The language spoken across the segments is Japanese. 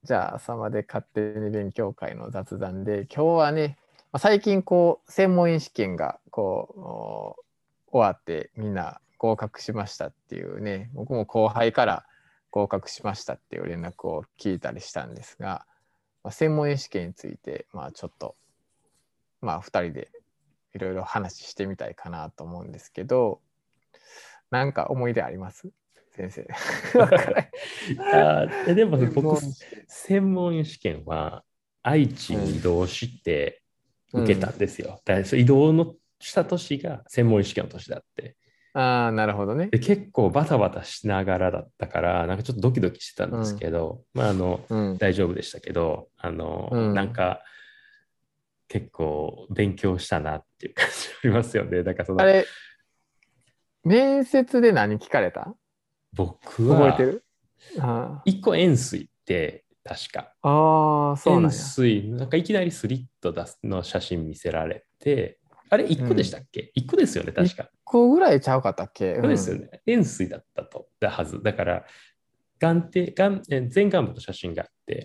じゃあ朝まで勝手に勉強会の雑談で、今日はね、最近こう専門医試験がこう終わってみんな合格しましたっていうね、僕も後輩から合格しましたっていう連絡を聞いたりしたんですが、専門医試験についてちょっと2人でいろいろ話してみたいかなと思うんですけど、なんか思い出あります先生？わからないでも専僕、 門医試験。 専門試験は愛知に移動して受けたうん。 んですよ。だからその移動のした年が専門試験の年だって。 ああ、なるほどね。 で、結構バタバタしながらだったから、なんかちょっとドキドキしてたんですうん。 けど、 うん。 大丈夫でしたけど、 うん。 なんか結構勉強したなっていう感じありますよね。だからその、 あれ、面接で何聞かれた？ 僕は覚えてる？あ一個円錐って確か。 あー、そう円なんや。 錐、なんかいきなりスリット出すの写真見せられて、あれ1個でしたうん。 っけ？ 1 個ですよね、確一か。 個ぐらいちゃうかったっけ？うん。 そうですよね。円錐だったと、はず。だから、前眼部の写真があって、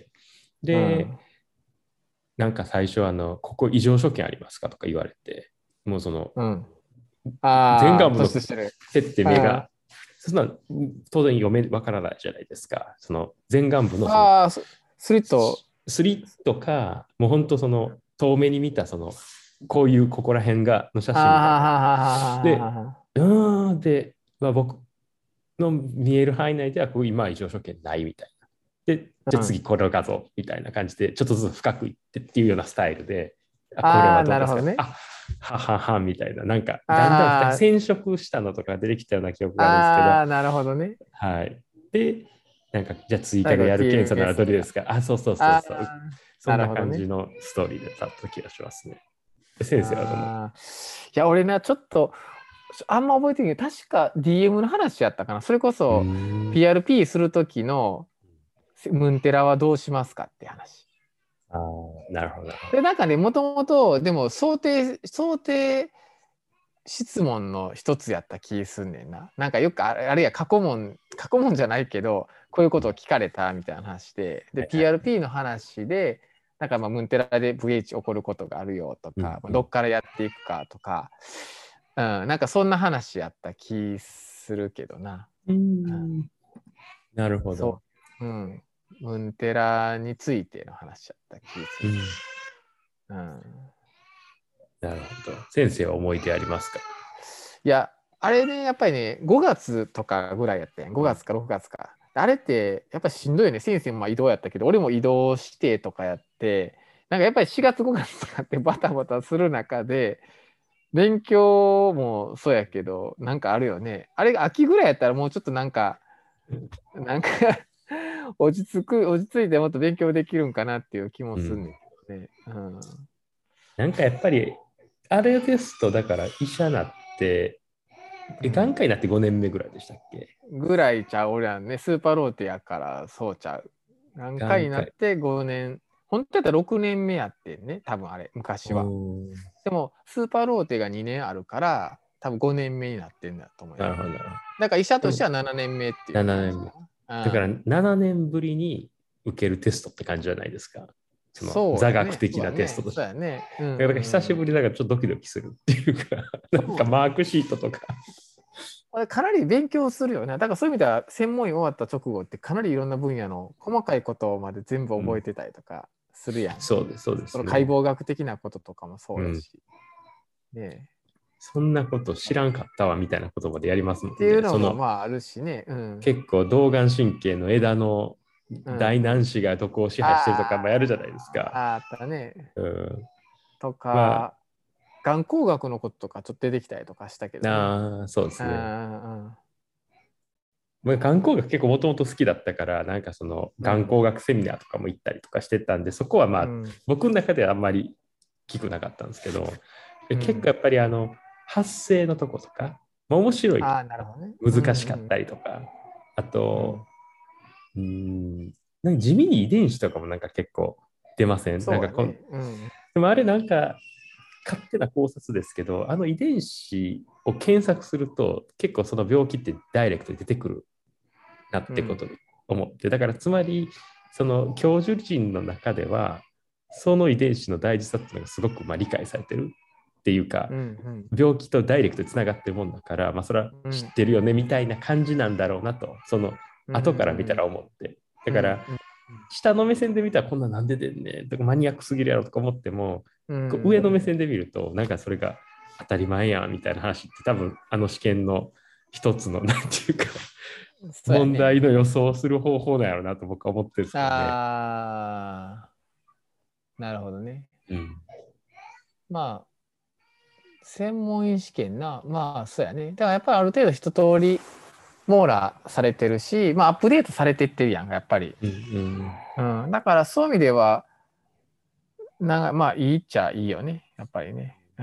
で、 うん。 なんか最初ここ異常所見ありますかとか言われて、もうその、 うん。ああ、 前眼部の突出してる。 手って目が、 あそんな当然わからないじゃないですか。その前眼部のそのあ、スリット。 スリットか、もう本当その遠目に見たその、こういうここら辺の写あ真みたいな。で、 あ、 僕の見える範囲内では、こう今は異常所見ないみたいな。で、じゃあ次うん。 この画像みたいな感じで、ちょっとずつ深くいってっていうようなスタイルで、これああ、 はどうですか？ なるほどね。 はははみたいな、なんか、だんだんあ染色したのとか出てきたような記憶あ、 があるんですけど、 ああ、なるほどね。 はい。で、なんか、じゃあ追加最後でやる検査ならど TMS が。 れですか？そうそうそうあそう。 あ、 そんななるほどね。 感じのストーリーだった気がしますね。先生はどの？ ああ、いや、俺な、ちょっと、あんま覚えてないけど、確か DM の話やったかな。それこうーそん。 PRP するときのムンテラはどうしますかって話。 ああ、なるほど、なるほで、なんかね、もともと、でも想定質問の一つやった気すんねんな。なんかよくあれや過去問じゃないけど、こういうことを聞かれたみたいな話で、 ど。はいはい。 PRP の話で、なんかムンテラで VH 起こることがあるよとか、 うんうん。 どっからやっていくかとか、うん、なんかそんな話やった気するけどな。 うーうん、 ん。なるほど。 そう、うん。ムンテラについての話やった気する。 うん。 うん。 なるほど。先生は思い出ありますか？ いや、あれね、やっぱりね、5月とかぐらいやったやん。5 うん。 月か6月か。あれって、やっぱりしんどいよね。先生も移動やったけど、俺も移動してとかやって、なんかやっぱり4月5月とかってバタバタする中で、勉強もそうやけど、なんかあるよね。あれが秋ぐらいやったらもうちょっとなんか落ち着いてもっと勉強できるんかなっていう気もうん。 すんねんけどね。うん。 なんかやっぱり、あれですと、だから医者になって、眼うん。 科になって5年目ぐらいでしたっけ？ ぐらいちゃう、俺らね、スーパーローテやからそうちゃう。何回眼科。 になって5年、本当やったら6年目やってんね、多分あれ、昔うは。 ーん。 でも、スーパーローテが2年あるから、多分5年目になってんだと思うよ。 なるほど、なるほど。 だから医者でも、 としては7年目っていう 7 感じか年目。だからな。うん。 7年ぶりに受けるテストって感じじゃないですか。その座学そうやね。そう的なテストやね。 として。 そうやね。うんうだから久んうん。 しぶりだからちょっとドキドキするっていうか、なんかそうね。 マークシートとか。 これかなり勉強するよね。だからそういう意味では専門医終わった直後ってかなりいろんな分野の細かいことまで全部うん。 覚えてたりとかするやん。 そうです、そうでそのすね。 解剖学的なこととかもそうん。 うやし。ねそんなこと知らんかったわみたいな言葉でやりますもんね。 っていうのもあるしね。うん。 結構動眼神経の枝のうん。 大男子がどこを支配してるとかもやるじゃないですか。 あったね。 うん。 とまか、眼光学のこととかちょっと出てきたりとかしたけどね。 そうでうすね。 ん眼光学結構もともと好きだったから、なんかその眼うん。 光学セミナーとかも行ったりとかしてたんで、そこはまあうん。 僕の中ではあんまり聞くなかったんですけど、結構やうん。 っぱり発声のとことか、まあ、面白い、 ああ、なるほどね。う難しかったんりとか、あと、 うん。 うーん、なんか地味に遺伝子とかもなんか結構出ません？なんかそうやね。うん。 でもあれなんか勝手な考察ですけど、遺伝子を検索すると結構その病気ってダイレクトに出てくるなっうん。 てことに思って、だからつまりその教授陣の中では、その遺伝子の大事さっていうのがすごく理解されてるっていうか、 うん病気とダイレクトでつながってるもんだから、それはうん知ってるよねみたいな感じなんだろうなと、そのうん後から見たら思って。だから、下の目線で見たらこんななんででんねんとかマニアックすぎるやろとか思っても、こう上の目線で見ると、なんかそれが当たり前やんみたいな話って多分あの試験の一つのなんていうか問そうやね。 題の予想をする方法なんやろうなと僕は思ってるんですけどね。 ああ、なるほどね。 うん。 まあ、専門医試験な、まあ、そうやね。だからやっぱりある程度一通り網羅されてるし、まあ、アップデートされていってるやんか、やっぱり。 うんうん。だからそういう意味では、まあ、いいっちゃいいよね。やっぱりね。うん。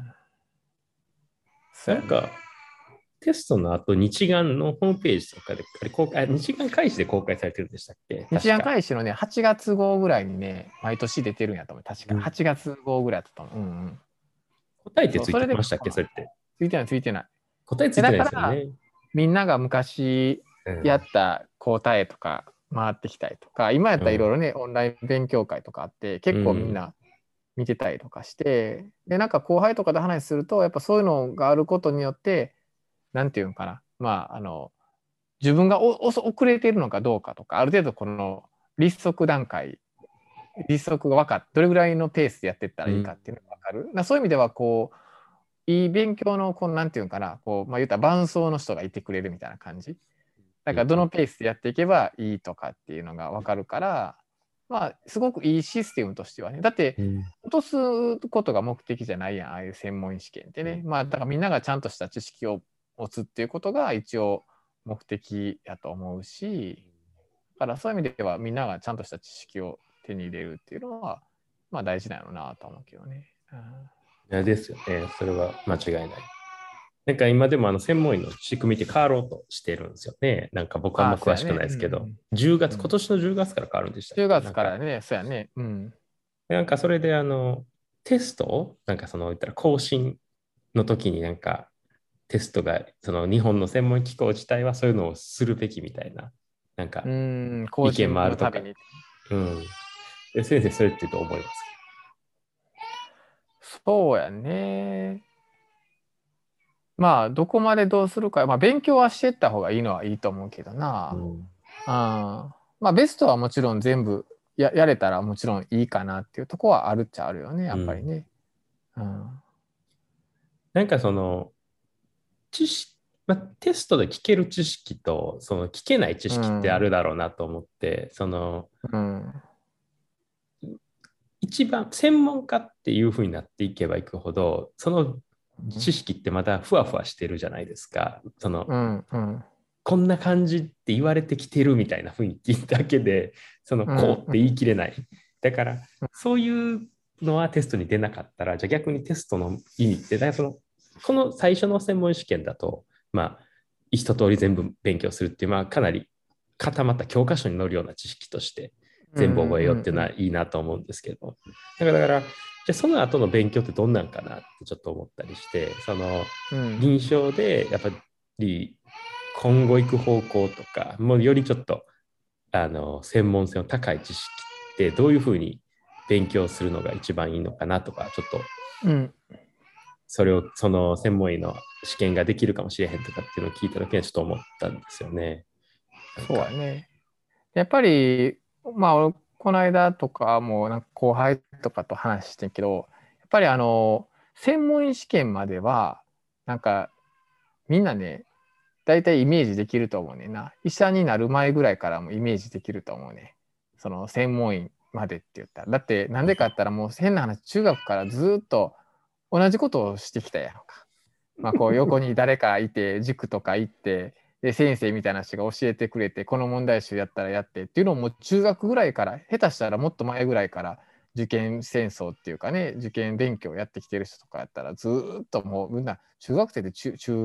そうやね。 なんかテストの後、日眼のホームページとかで、あれ公開、日眼開始で公開されてるんでしたっけ日安確か。 開始のね、8月号ぐらいにね、毎年出てるんやと思う。確か。 うん 8月号ぐらいだったと思う。うんうん。そう、 答えってついそれで、 てましたっけそれって。 ついてない、ついてない。 答えついてだないから、 ですよね。 みんなが昔やうんった答えとか回ってきたりとか、今やったらいろいろね、オンライン勉強会とかあって、結構みんな見てたりとかして、で、なんか後輩とかで話すると、やっぱそういうのがあることによって、なんていうのかな、まあ、自分が遅れているのかどうかとか、ある程度この立足段階、立足が分かって、どれぐらいのペースでやっていったらいいかっていうのが分かる。そういう意味では、こう、いい勉強の、この、なんていうのかな、こう、まあ、言ったら伴走の人がいてくれるみたいな感じ。だからどのペースでやっていけばいいとかっていうのが分かるから、まあ、すごくいいシステムとしてはね。だって、落とすことが目的じゃないやん、ああいう専門試験ってね。まあ、だからみんながちゃんとした知識を持つっていうことが一応目的やと思うし、だからそういう意味ではみんながちゃんとした知識を手に入れるっていうのは、まあ大事なのなと思うけどね。 いやですよね。それは間違いない。なんか今でも専門医の仕組みって変わろうとしてるんですよね。なんか僕はあんああ、そうま詳しくないやね。 ですけど、10月、今うん。 年の10月から変わるんでしたっ 10 け月からね、そうやね。うん。 なんかそれでテストを、なんか言ったら更新の時になんかテストが、その日本の専門機構自体はそういうのをするべきみたいな、なんか更意見新もあるとか。 のたびに。 うん。で先生、それってどう思いますか？ そうやね。まあ、どこまでどうするか、まあ、勉強はしていった方がいいのはいいと思うけどな。まあ、ベストはもちろん全部やれたらもちろんいいかなっていうとこはあるっちゃあるよね、やっぱりね。 なんか知識、テストで聞ける知識と、聞けない知識ってあるだろうなと思って、一番専門家っていう風になっていけばいくほど、その知識ってまだふわふわしてるじゃないですか。こんな感じって言われてきてるみたいな雰囲気だけで、こうって言い切れない。だから、そういうのはテストに出なかったら、じゃあ逆にテストの意味って、だからこの最初の専門試験だと、一通り全部勉強するっていう、かなり固まった教科書に載るような知識として全部覚えようっていうのはいいなと思うんですけど、だから、じゃあその後の勉強ってどんなんかなってちょっと思ったりして、臨床でやっぱり今後行く方向とか、もうよりちょっと専門性の高い知識ってどういうふうに勉強するのが一番いいのかなとか、ちょっとそれをその専門医の試験ができるかもしれへんとかっていうのを聞いた時にはちょっと思ったんですよね。 そうやね。やっぱり、まあ、この間とかもなんか後輩とかと話してんけど、やっぱり専門医試験までは、なんかみんなね、大体イメージできると思うねんな。医者になる前ぐらいからもイメージできると思うね。その専門医までって言ったら。だってなんでかって言ったらもう変な話、中学からずっと同じことをしてきたやんか。まあこう横に誰かいて、塾とか行って、で先生みたいな人が教えてくれて、この問題集やったらやってっていうのをもう中学ぐらいから、下手したらもっと前ぐらいから受験戦争っていうかね、受験勉強やってきてる人とかやったらずっともうみんな中学生で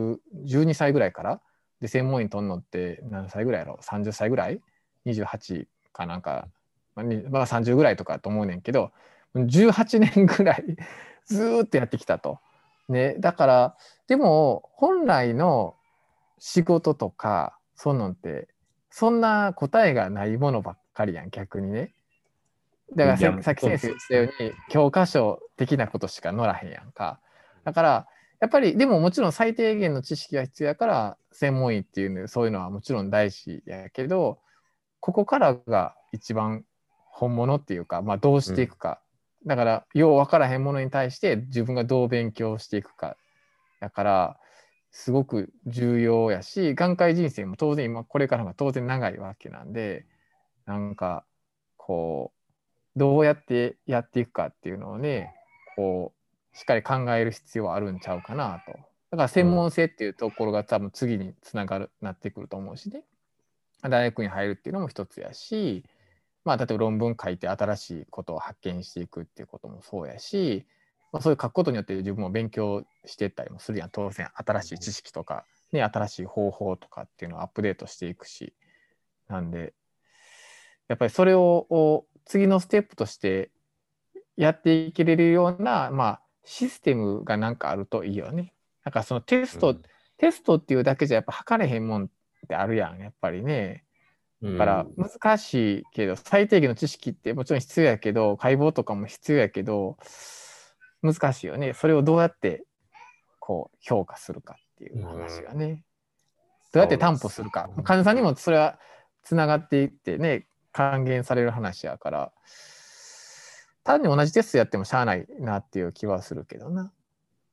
12歳ぐらいからで専門医取んのって何歳ぐらいやろ ?30 歳ぐらい ?28 かなんか、まあ30ぐらいとかと思うねんけど、18年ぐらいずっとやってきたと。ね、だからでも本来の仕事とかそんなんってそんな答えがないものばっかりやん、逆にね。だからさっき先生言ったように、教科書的なことしか載らへんやんか。だから、やっぱり、でももちろん最低限の知識が必要やから、専門医っていうの、そういうのはもちろん大事やけど、ここからが一番本物っていうか、まあ、どうしていくか。だから、よう分からへんものに対して自分がどう勉強していくか。だから、すごく重要やし、眼科医人生も当然今、これからが当然長いわけなんで、なんか、こう、どうやってやっていくかっていうのをね、こう、しっかり考える必要はあるんちゃうかなと。だから専門性っていうところが多分次につながる、なってくると思うしね。大学に入るっていうのも一つやし、まあ、例えば論文書いて新しいことを発見していくっていうこともそうやし、まあ、そういう書くことによって自分も勉強していったりもするやん。当然新しい知識とか、ね、新しい方法とかっていうのをアップデートしていくし。なんで、やっぱりそれを次のステップとしてやっていけれるような、まあ、システムがなんかあるといいよね。なんかそのテストっていうだけじゃやっぱ測れへんもんってあるやん、やっぱりね。だから難しいけど、最低限の知識ってもちろん必要やけど、解剖とかも必要やけど、難しいよね。それをどうやってこう評価するかっていう話がね。どうやって担保するか。患者さんにもそれはつながっていってね、還元される話やから、単に同じテストやってもしゃあないなっていう気はするけどな。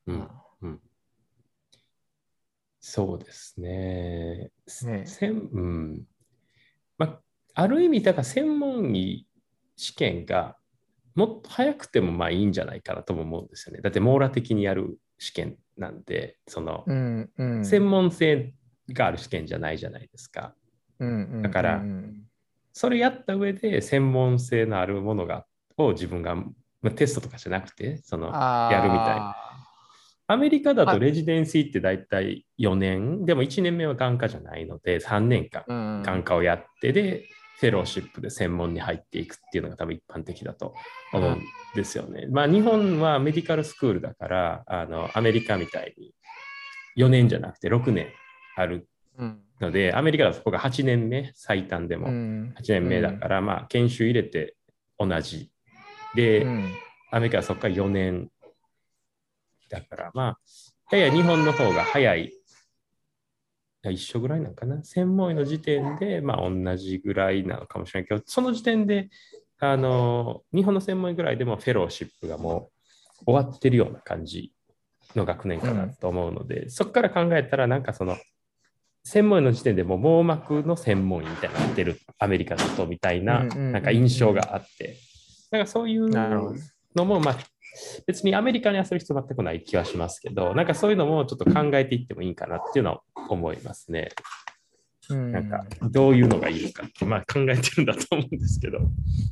そうですね。 ねまあ、ある意味、だから専門医試験がもっと早くてもまあいいんじゃないかなとも思うんですよね。だって網羅的にやる試験なんで、その専門性がある試験じゃないじゃないですか。だから、それやった上で専門性のあるものを自分が、まあ、テストとかじゃなくて、やるみたい。アメリカだとレジデンシーって大体4年、でも1年目は眼科じゃないので、3年間眼科をやってで、フェローシップで専門に入っていくっていうのが多分一般的だと思うんですよね。まあ日本はメディカルスクールだから、アメリカみたいに4年じゃなくて6年あるので、アメリカだとそこが8年目、最短でも8年目だから、まあ研修入れて同じ。で、アメリカはそこから4年だから、まあ、やや日本の方が早い。一緒ぐらいなのかな。専門医の時点で、まあ、同じぐらいなのかもしれないけど、その時点で、日本の専門医ぐらいでもフェローシップがもう終わってるような感じの学年かなと思うので、そこから考えたら、なんか専門医の時点でもう網膜の専門医みたいになってるアメリカだとみたいな、なんか印象があって、なんかそういうのも、まあ、別にアメリカにはそういう人全くない気はしますけど、なんかそういうのもちょっと考えていってもいいかなっていうのは思いますね。なんかどういうのがいいのかって、まあ考えてるんだと思うんですけど。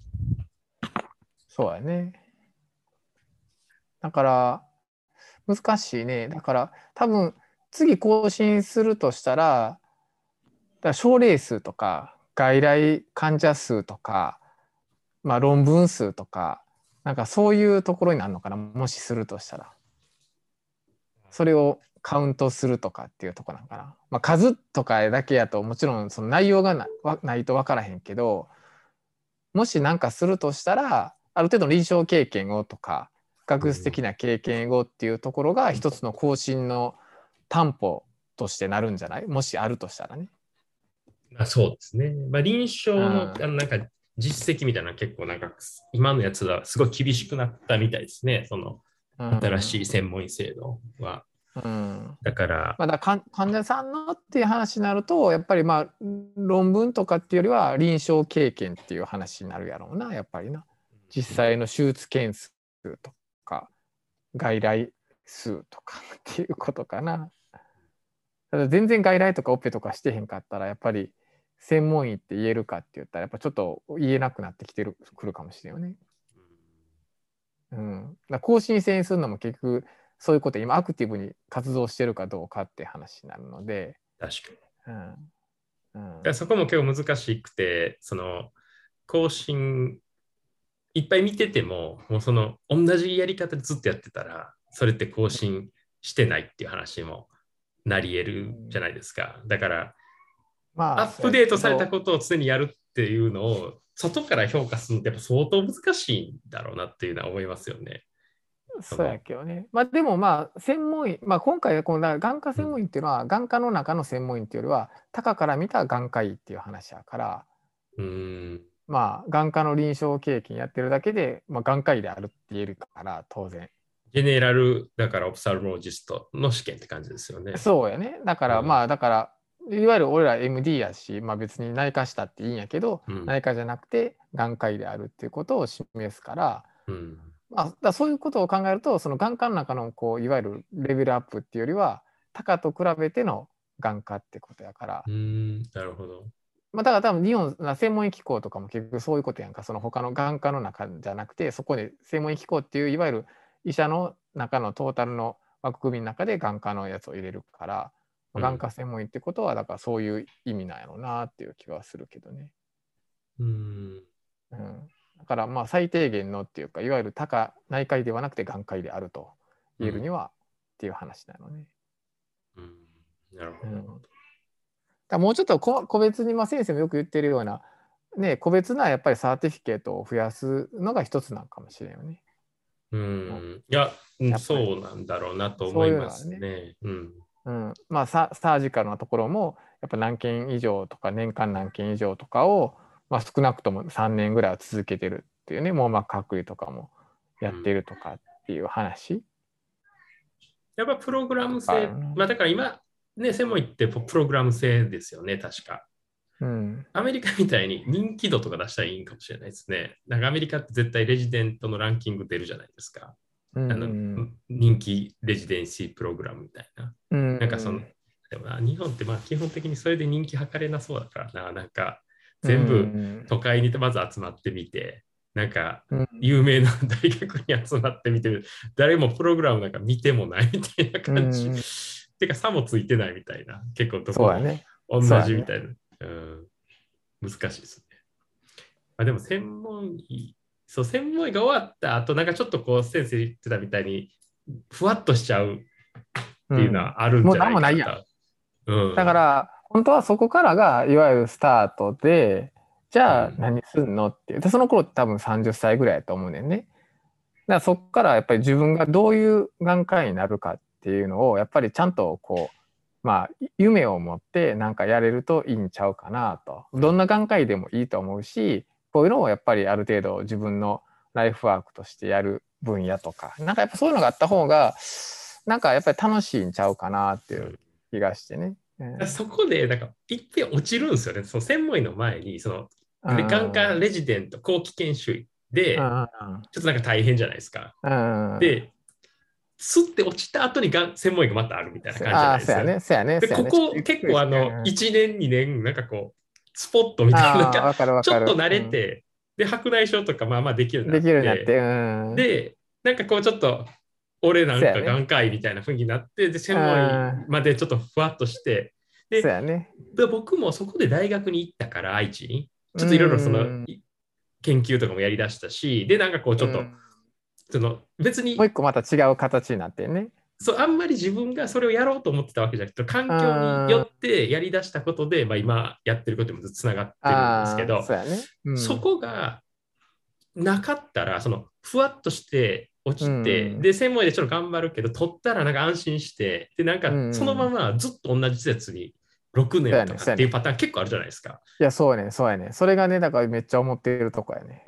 そうやね。だから難しいね。だから多分次更新するとしたら、症例数とか外来患者数とか、まあ、論文数とか、なんかそういうところになるのかな、もしするとしたら。それをカウントするとかっていうところなのかな。まあ、数とかだけやともちろんその内容がないと分からへんけど、もし何かするとしたら、ある程度の臨床経験をとか、学術的な経験をっていうところが一つの更新の担保としてなるんじゃない？もしあるとしたらね。 まあ、そうですね。まあ、臨床の、なんか実績みたいな結構なんか今のやつはすごい厳しくなったみたいですね。新しい専門医制度は。だから、 まあ、患者さんのっていう話になるとやっぱりまあ論文とかっていうよりは臨床経験っていう話になるやろうな、やっぱりな。実際の手術件数とか外来数とかっていうことかな。ただ全然外来とかオペとかしてへんかったらやっぱり専門医って言えるかって言ったらやっぱちょっと言えなくなってくるかもしれんよね。だ更新制にするのも結局そういうこと今アクティブに活動してるかどうかって話になるので。 確かに。そこも結構難しくて、更新いっぱい見てても、もう同じやり方でずっとやってたら、それって更新してないっていう話もなり得るじゃないですか。だから、アップデートされたことを常にやるっていうのを外から評価するのってやっぱ相当難しいんだろうなっていうのは思いますよね。 そうやけどね。まあでもまあ専門医、まあ今回この眼科うん。 専門医っていうのは眼科の中の専門医っていうよりは、他科から見た眼科医っていう話やから、 うーん。 まあ眼科の臨床経験やってるだけで、まあ、眼科医であるって言えるから当然。 ジェネラル、だからオプサルモロジストの試験って感じですよね。 そうやね。だからまうん。 あだから、いわゆる俺ら MD やし、まあ別に内科したっていいんやけど、 うん。 内科じゃなくて眼科医であるっていうことを示すから、 うん。 まあ、そういうことを考えると、その眼科の中のこういわゆるレベルアップっていうよりは、他科と比べての眼科ってことやから、 うーん。なるほど。 まあ、だから多分日本専門医機構とかも結局そういうことやんか、その他の眼科の中じゃなくて、そこで専門医機構っていういわゆる医者の中のトータルの枠組みの中で眼科のやつを入れるから、 うん。 眼科専門医ってことは、だからそういう意味なんやろうなっていう気はするけどね。 うーん。 うん、だからまあ最低限のっていうか、いわゆる他科、内科医ではなくて眼科医であるとうん。 言えるにはっていう話なのね。 うん。なるほど。 うん、だからもうちょっと個別に、まあ、先生もよく言ってるような、ね、個別なやっぱりサーティフィケートを増やすのが一つなのかもしれんよね。 ううん、 ん。いや、うん、 やっぱりそうなんだろうなと思そういまいうのがあるね。 すね。うん。 うん、まあサージカルなところもやっぱ何件以上とか年間何件以上とかを、まあ、少なくとも3年ぐらいは続けてるっていうね、網膜剥離とかもやってうん。 るとかっていう話やっぱプログラとム制、 かあるな。 まあだから今、ね、専門医ってプログラム制ですよね、確か。 うん。 アメリカみたいに人気度とか出したらいいんかもしれないですね。なんかアメリカって絶対レジデントのランキング出るじゃないですか。 うあの、 ん。 人気レジデンシープログラムみたいな。 うなんかその、 ん。 でもな、日本ってまあ基本的にそれで人気測れなそうだからな、なんかう全部ん。 都会にまず集まってみて、なんかうん。 有名な大学に集まってみて、誰もプログラムなんか見てもないみたいなう感じ。 ん。 てか差もついてないみたいな。結構どこもそうやね。 同そうやね。 じみたいな。うん、難しいですね。まあ、でも専門医、そう、専門医が終わった後、なんかちょっとこう先生言ってたみたいに、ふわっとしちゃうっていうのうん。 はあるんもうじゃな何もないやん。 いかなと。うん。 だから、本当はそこからが、いわゆるスタートで、じゃあうん。 何すんのっていう。で、その頃って多分30歳ぐらいだと思うねんね。だからそこからやっぱり自分がどういう眼科医になるかっていうのを、やっぱりちゃんとこう、まあ、夢を持ってなんかやれるといいんちゃうかなと。どんな眼科医でもいいと思うし、こういうのをやっぱりある程度自分のライフワークとしてやる分野とか、なんかやっぱそういうのがあった方が、なんかやっぱり楽しいんちゃうかなっていううん、 気がしてね。 そこで、なんか、いっぺん落ちるんですよね。その専門医の前に、その、 うん。 眼科レジデント、後期研修医で、 うん。 ちょっとなんか大変じゃないですか。 うん。 で、スッて落ちた後に専門医がまたあるみたいな感じじゃああ、 ないですか。 そうやね、そうやね、 で、 そうやね。ちょっとここゆっくりして。 結構1年、2年、なんかこう、スポットみたいな、なんああ、 か、 わかるわかる。 ちょっと慣うん。 れて、で、白内障とかまあまあできるようになできるようになっって、 て、うん。 で、なんかこうちょっと、俺なんかそうやね。 眼科医みたいな雰囲気になって、で、 う専門医ん。 までちょっとふわっとして、で、 そうやね。 僕もそこで大学に行ったから、愛知に、 うちょっといろいろそのん。 研究とかもやりだしたし、で、なんかこうちょっと、 うん。 その別にもう一個また違う形になってね。 そうあんまり自分がそれをやろうと思ってたわけじゃなくて、 うん。 環境によあってやりだしたことで、まあ、今やってることにもつながってるんですけあ、 ど、 そうやね。うそん。 こがなかったら、そのふわっとして落うちて、 ん。 で、専門医でちょっと頑張るけど、取ったらなんか安心して、で、なんうかそのまん。 まずっと同じ施設に6年とそうやね、そうやね。 かっていうパターン結構あるじゃないですか。 いや、そうやね、そうやね。それがね、だからめっちゃ思ってるとこやね。 うん。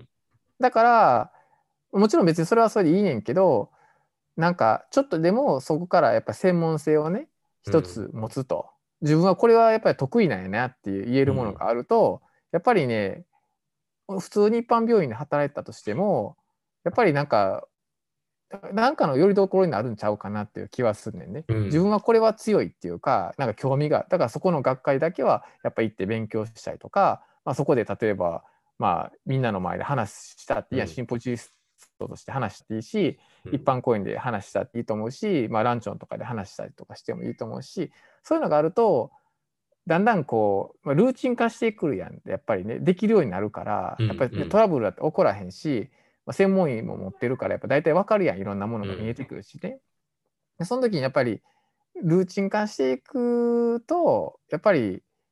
だから、もちろん別にそれはそれでいいねんけど、なんかちょっとでもそこからやっぱ専門性をね、一つうん。 持つと。自分はこれはやっぱり得意なんやなっていう言えうん。 るものがあると、やっぱりね、普通に一般病院で働いてたとしても、やっぱりなんかの拠り所になるんちゃうかなっていう気はするねんね。自分うん。 はこれは強いっていうか、なんか興味が、だからそこの学会だけはやっぱ行って勉強したりとか、まあ、そこで例えば、まあ、みんなの前で話したっていいや、 うん。 シンポジストとして話していいし、 うん。 一般講演で話したっていいと思うし、まあ、ランチョンとかで話したりとかしてもいいと思うし、そういうのがあると、だんだんこう、まあ、ルーチン化してくるやん。やっぱりね、できるようになるから、 うん。 やっぱり、 うん。 トラブルだって起こらへんし、まあ、専門医も持ってるから、やっぱ大体わかるやん。いろんなものうん。 が見えてくるしね。その時にやっぱり、ルーチン化していくと、やっぱり、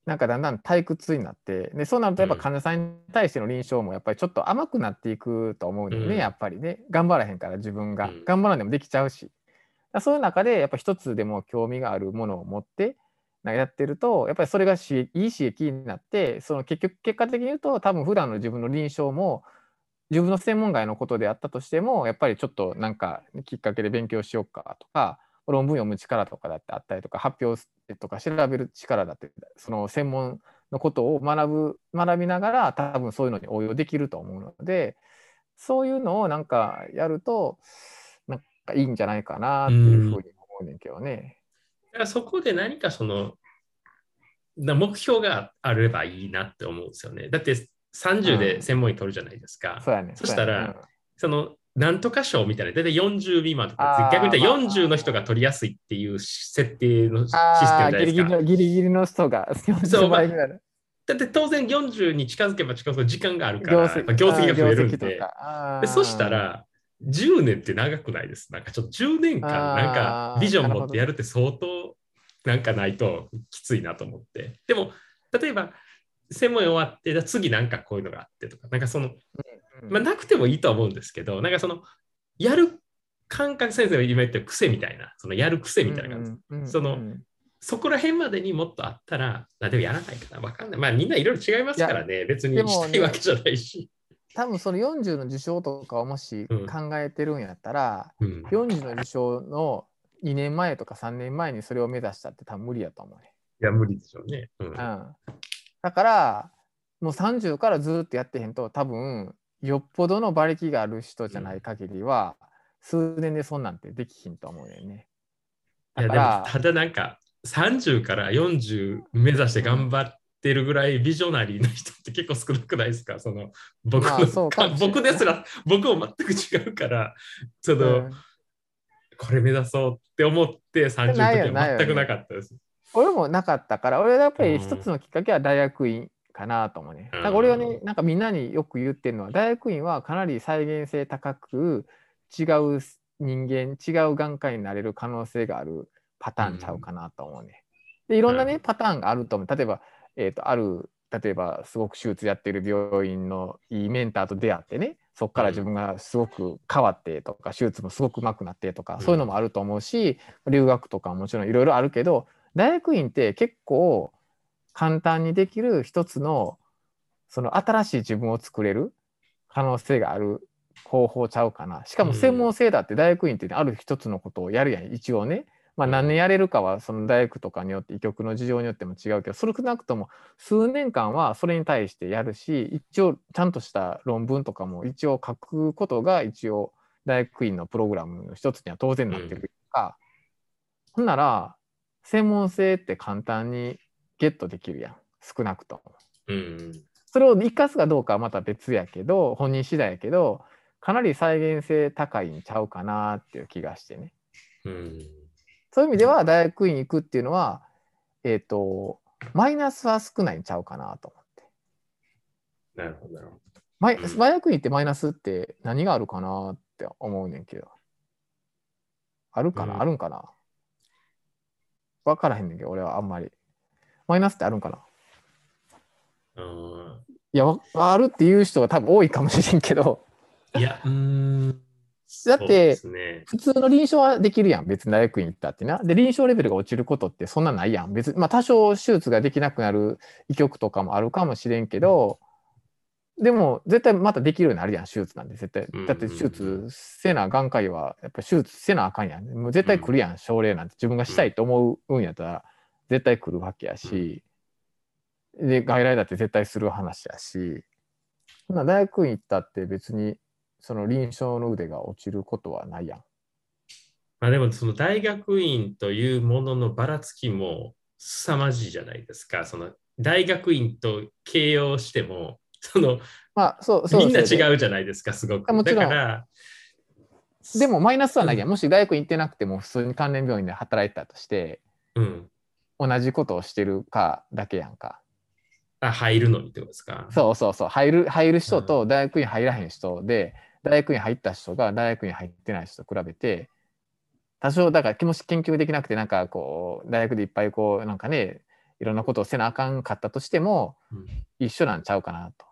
なんかだんだん退屈になって、でそうなるとやっぱ患者さんに対しての臨床もやっぱりちょっと甘くなっていくと思うのよね、やっぱりね。頑張らへんから自分が。頑張らんでもできちゃうし。そういう中でやっぱ一つでも興味があるものを持ってやってると、やっぱりそれがいい刺激になって、その結果的に言うと多分普段の自分の臨床も自分の専門外のことであったとしても、やっぱりちょっとなんかきっかけで勉強しようかとか、論文読む力とかだってあったりとか、発表とか調べる力だって、その専門のことを学びながら多分そういうのに応用できると思うので、そういうのをなんかやるとなんかいいんじゃないかなっていうふうに思うねんけどね。 だからそこで何かその目標があればいいなって思うんですよね。だって30で専門医取るじゃないですか。 そうやね。 そしたら、そのなんとか賞みたいな、大体40未満とか、逆に言ったら40の人が取りやすいっていう設定のシステムじゃないですか。 ギリギリの人が40倍ぐらい。 だって当然40に近づけば近づく時間があるから、やっぱ業績が増えるんで、そしたら10年って長くないです。なんかちょっと10年間なんかビジョン持ってやるって相当なんかないときついなと思って。でも例えば専門医終わって、次なんかこういうのがあってとか、なんかその、まあ、なくてもいいとは思うんですけど、なんかそのやる感覚、先生が今言った癖みたいな、そのやる癖みたいな感じ。そこら辺までにもっとあったら、でもやらないかな、わかんない。まあみんないろいろ違いますからね、別にしたいわけじゃないし。 多分その40の受賞とかをもし考えてるんやったら、40の受賞の2年前とか3年前にそれを目指したって多分無理やと思うね。 いや、無理でしょうね。 だから、もう30からずっとやってへんと、多分よっぽどの馬力がある人じゃない限りは、数年でそんなんてできひんと思うよね。 だから、いやでもただなんか30から40目指して頑張ってるぐらいビジョナリーな人って結構少なくないですか？その僕ですら、僕も全く違うから、その、これ目指そうって思って30の時は全くなかったです。 俺もなかったから、俺はやっぱり一つのきっかけは大学院かなと思うね。だから俺はね、なんかみんなによく言ってるのは、大学院はかなり再現性高く、違う人間、違う眼科になれる可能性があるパターンちゃうかなと思うね。で、いろんなね、パターンがあると思う。例えば、例えばすごく手術やってる病院のいいメンターと出会ってね、そこから自分がすごく変わってとか、手術もすごくうまくなってとか、そういうのもあると思うし、留学とかももちろんいろいろあるけど、大学院って結構簡単にできる一つのその新しい自分を作れる可能性がある方法ちゃうかな。しかも専門性だって大学院ってある一つのことをやるやん、一応ね。まあ何年やれるかはその大学とかによって医局の事情によっても違うけど、それ少なくとも数年間はそれに対してやるし、一応ちゃんとした論文とかも一応書くことが一応大学院のプログラムの一つには当然なってるから、ほんなら専門性って簡単にゲットできるやん、少なくとも。それを生かすかどうかはまた別やけど、本人次第やけど、かなり再現性高いんちゃうかなっていう気がしてね。そういう意味では大学院行くっていうのは、マイナスは少ないんちゃうかなと思って。 なるほど、なるほど。 大学院ってマイナスって何があるかなって思うねんけど。あるかな、あるんかな分からへんねんけど、俺はあんまり。マイナスってあるんかな。いや、あるっていう人が多分多いかもしれんけど。 いや、 だって、普通の臨床はできるやん、別に大学院行ったってな。で、臨床レベルが落ちることってそんなないやん。別に、まあ多少手術ができなくなる医局とかもあるかもしれんけど、でも絶対またできるようになるやん、手術なんて絶対。だって手術せな、眼科医はやっぱ手術せなあかんやん。もう絶対来るやん、症例なんて自分がしたいと思うんやったら絶対来るわけやし、で、外来だって絶対する話やし、大学院行ったって別にその臨床の腕が落ちることはないやん。 まあでもその大学院というもののばらつきも凄まじいじゃないですか。その大学院と形容しても、その、 まあ、 みんな違うじゃないですか、すごく。 もちろん。 だから、 でもマイナスはないやん。もし大学院行ってなくても普通に関連病院で働いてたとして、同じことをしてるかだけやんか。 入るのにってことですか？ そう。入る人と大学院入らへん人で、大学院入った人が大学院入ってない人と比べて、多少だからもし研究できなくてなんかこう大学でいっぱいこうなんかねいろんなことをせなあかんかったとしても、一緒なんちゃうかなと。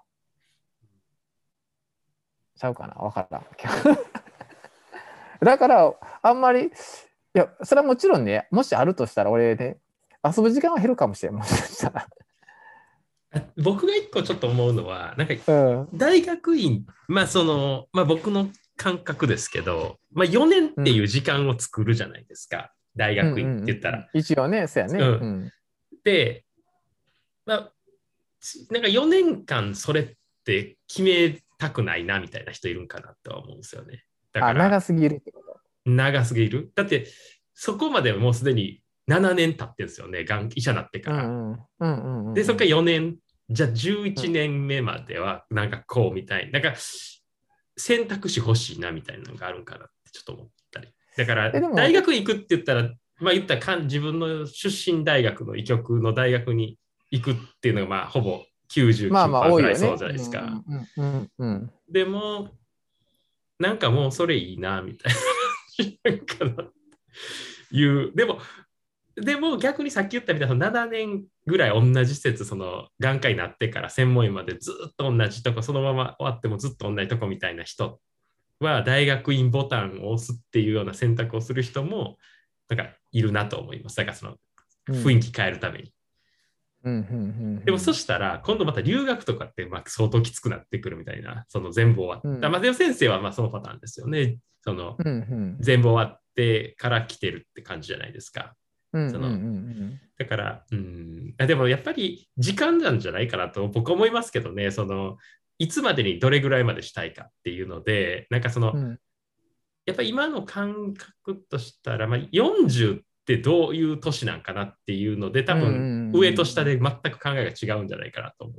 ちゃうかな、わからん。だからあんまり、いやそれはもちろんね、もしあるとしたら俺ね、遊ぶ時間は減るかもしれん、もしかしたら。 僕が一個ちょっと思うのは、なんかうん、 大学院、僕の感覚ですけど、4年っていう時間を作るじゃないですか、大学院って言ったら。 一応ね、そうやね。ううん、 ん。 で、まあ、なんか4年間それって決めたくないなみたいな人いるんかなとは思うんですよね。だかあ、長ら、 すぎるってこと。 長すぎる。だって、そこまでもうすでに7年経ってるんですよね、医者になってから。で、そこから4年、じゃあ11年目までは、なんかこうみたいな、なんか選択肢欲しいなみたいなのがあるんかなってちょっと思ったり。だから、 でも、 大学行くって言ったら、言ったら自分の出身大学の医局の大学に行くっていうのが、ほぼまあまあ多 99%ぐいよね。 らいそうじゃないですか。でも、なんかもうそれいいな、みたいな。なんかないう。でも逆にさっき言ったみたいな7年ぐらい同じ施設、その眼科になってから専門医までずっと同じとこ、そのまま終わってもずっと同じとこみたいな人は大学院ボタンを押すっていうような選択をする人もなんかいるなと思います。だからその雰囲気変えるために。でもそしたら今度また留学とかって相当きつくなってくるみたいな、その全部終わった。松尾先生はそのパターンですよね。その全部終わってから来てるって感じじゃないですか。だから、でもやっぱり時間なんじゃないかなと僕は思いますけどね、そのいつまでにどれぐらいまでしたいかっていうので、なんかその、やっぱり今の感覚としたら、40ってどういう年なんかなっていうので、多分上と下で全く考えが違うんじゃないかなと思って、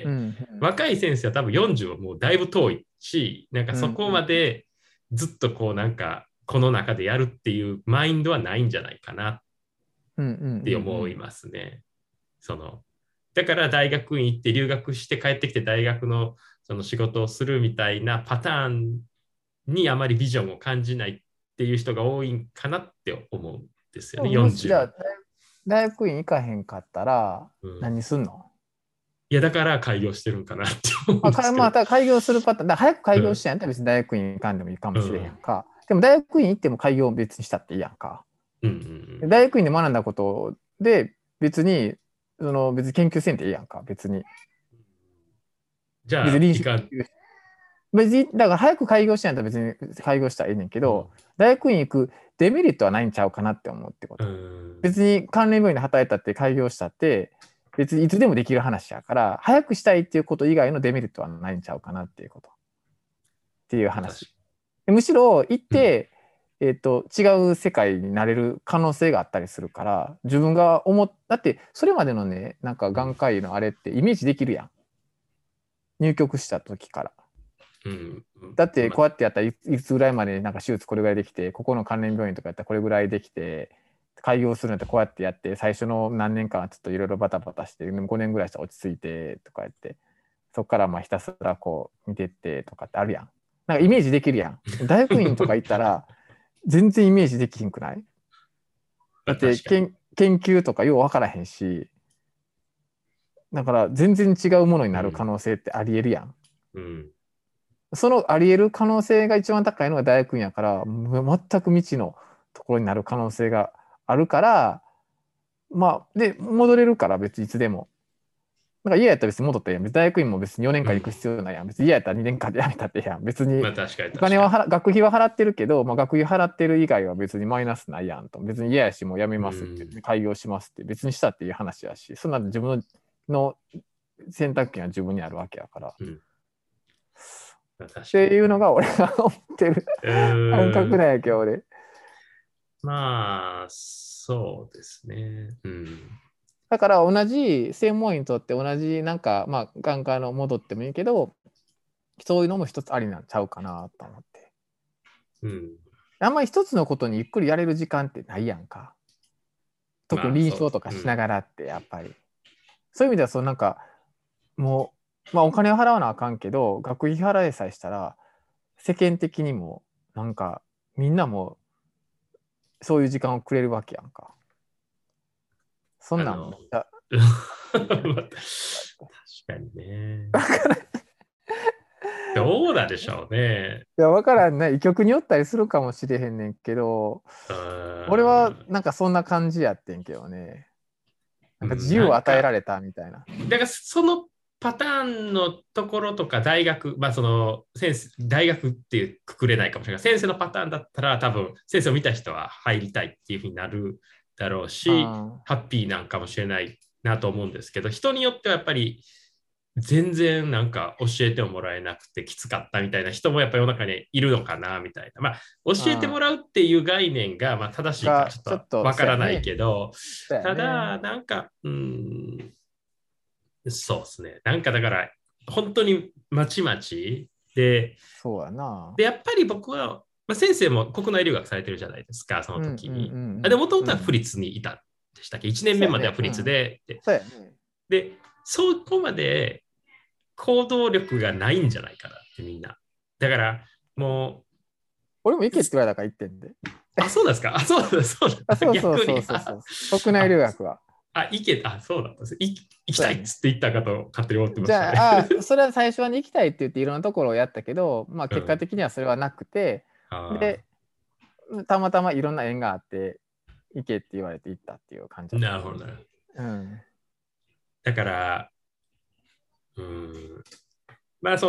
若い先生は多分40はもうだいぶ遠いし、なんかそこまでずっとこうなんかこの中でやるっていうマインドはないんじゃないかなって思いますね。だから大学院行って留学して帰ってきて大学のその仕事をするみたいなパターンにあまりビジョンを感じないっていう人が多いんかなって思うんですよね、 じゃあ 40。 大学院行かへんかったら何すんの？ いや、だから開業してるんかなって思うんですけど。 開業するパターン、早く開業したんやったら別に大学院行かんでもいいかもしれへんか。でも大学院行っても開業別にしたっていいやんか。大学院で学んだことで別に別に研究せんでいいやんか、別に。 じゃあ、 別に臨床研究別に、だから早く開業したんやったら別に開業したらいいねんけど、大学院行くデメリットはないんちゃうかなって思うってこと。別に関連病院で働いたって開業したって、別にいつでもできる話やから、早くしたいっていうこと以外のデメリットはないんちゃうかなっていうこと。っていう話。むしろ行って、違う世界になれる可能性があったりするから、自分がだってそれまでのね、なんか眼科医のあれってイメージできるやん。入局した時から。だってこうやってやったらいつぐらいまでなんか手術これぐらいできて、ここの関連病院とかやったらこれぐらいできて、開業するんだったらこうやってやって、最初の何年間はちょっといろいろバタバタして、5年ぐらいしたら落ち着いてとかやって、そこからまあひたすらこう見てってとかってあるやん。なんかイメージできるやん。大学院とか行ったら全然イメージできひんくない？だって研究とかよう分からへんし、だから全然違うものになる可能性ってありえるやん。そのあり得る可能性が一番高いのが大学院やから、全く未知のところになる可能性があるから、で、戻れるから別にいつでも。なんか嫌やったら別に戻ったらやん。大学院も別に4年間行く必要ないやん。別に嫌やったら2年間でやめたってやん。別に、お金は学費は払ってるけど、学費払ってる以外は別にマイナスないやんと。別に嫌やし、もうやめますって、開業しますって、別にしたっていう話やし、そんな自分の選択権は自分にあるわけやから。っていうのが俺が思ってる感覚なんやけど、俺。 そうですね。 だから同じ専門医にとって同じなんか眼科の戻ってもいいけど、そういうのも一つありなんちゃうかなと思って。あんまり一つのことにゆっくりやれる時間ってないやんか。特に臨床とかしながらってやっぱり。そういう意味ではなんかもうお金を払わなあかんけど、学費払いさえしたら世間的にもなんかみんなもそういう時間をくれるわけやんか。そんなん確かにね。どうなんでしょうね。 いや、分からんね。異曲によったりするかもしれへんねんけど、 う俺はん。 なんかそんな感じやってんけどね。なんか自由なんか、 を与えられたみたいな。 だからそのパターンのところとか大学、まあその先生、大学っていうくくれないかもしれない。先生のパターンだったら多分先生を見た人は入りたいっていうふうになるだろうし、 あハッピーなんかもしれないなと思うんですけど、人によってはやっぱり全然なんか教えてもらえなくてきつかったみたいな人もやっぱり世の中にいるのかなみたいな。まあ教えてもあらうっていう概念がまあ正しいかちょっとちょっと、 わからないそうやね。 けど、 そうやたね。 だなんか、そうですね。なんかだから本当にまちまちで、 そうやな。 やっぱり僕は、まあ、先生も国内留学されてるじゃないですか、そのうんうんう時に。で、 んもともうん。うん。 とは府立にいたでしたっけ？ 1 年そうやね。 目までは府うん。 立で、 そうやね。 で、そこまで行動力がないんじゃないかなってみんな。だからも俺も行う、 けって言われたから行ってんで。 あ、そうなんですか。あ、そうだ、そうあ、 だ。 そうそう逆に。 そうそうそう。国内留学は。 行けた。そうだったんです。行きたいっそうやね。 つって言ったかと勝手に思ってましたね。 じゃあ、それは最初はね、行きたいって言っていろんなところをやったけど、まあうん。 結果的にはそれはなくて、 あで、たまたまいろんな縁があって、行けって言われて行ったっていう感じあ、 だったね。 なるほど、なるほど。 うん。 だから、うん。まあ、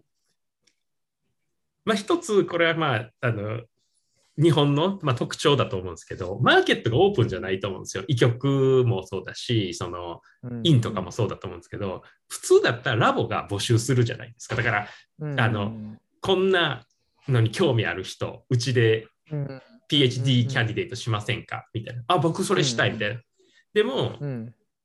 まあ、一つ、これはまあ、日本の、まあ、特徴だと思うんですけど、マーケットがオープンじゃないと思うんですよ。医局もそうだし、 うん院とかもそうだと思うんですけど、普通だったらラボが募集するじゃないですか。だから、 うんうあの、 んこんなのに興味ある人、うちでうんうん PhD キャンディうんデートしませんかみたいな。あ、僕それしたいみたいな。でも、 うん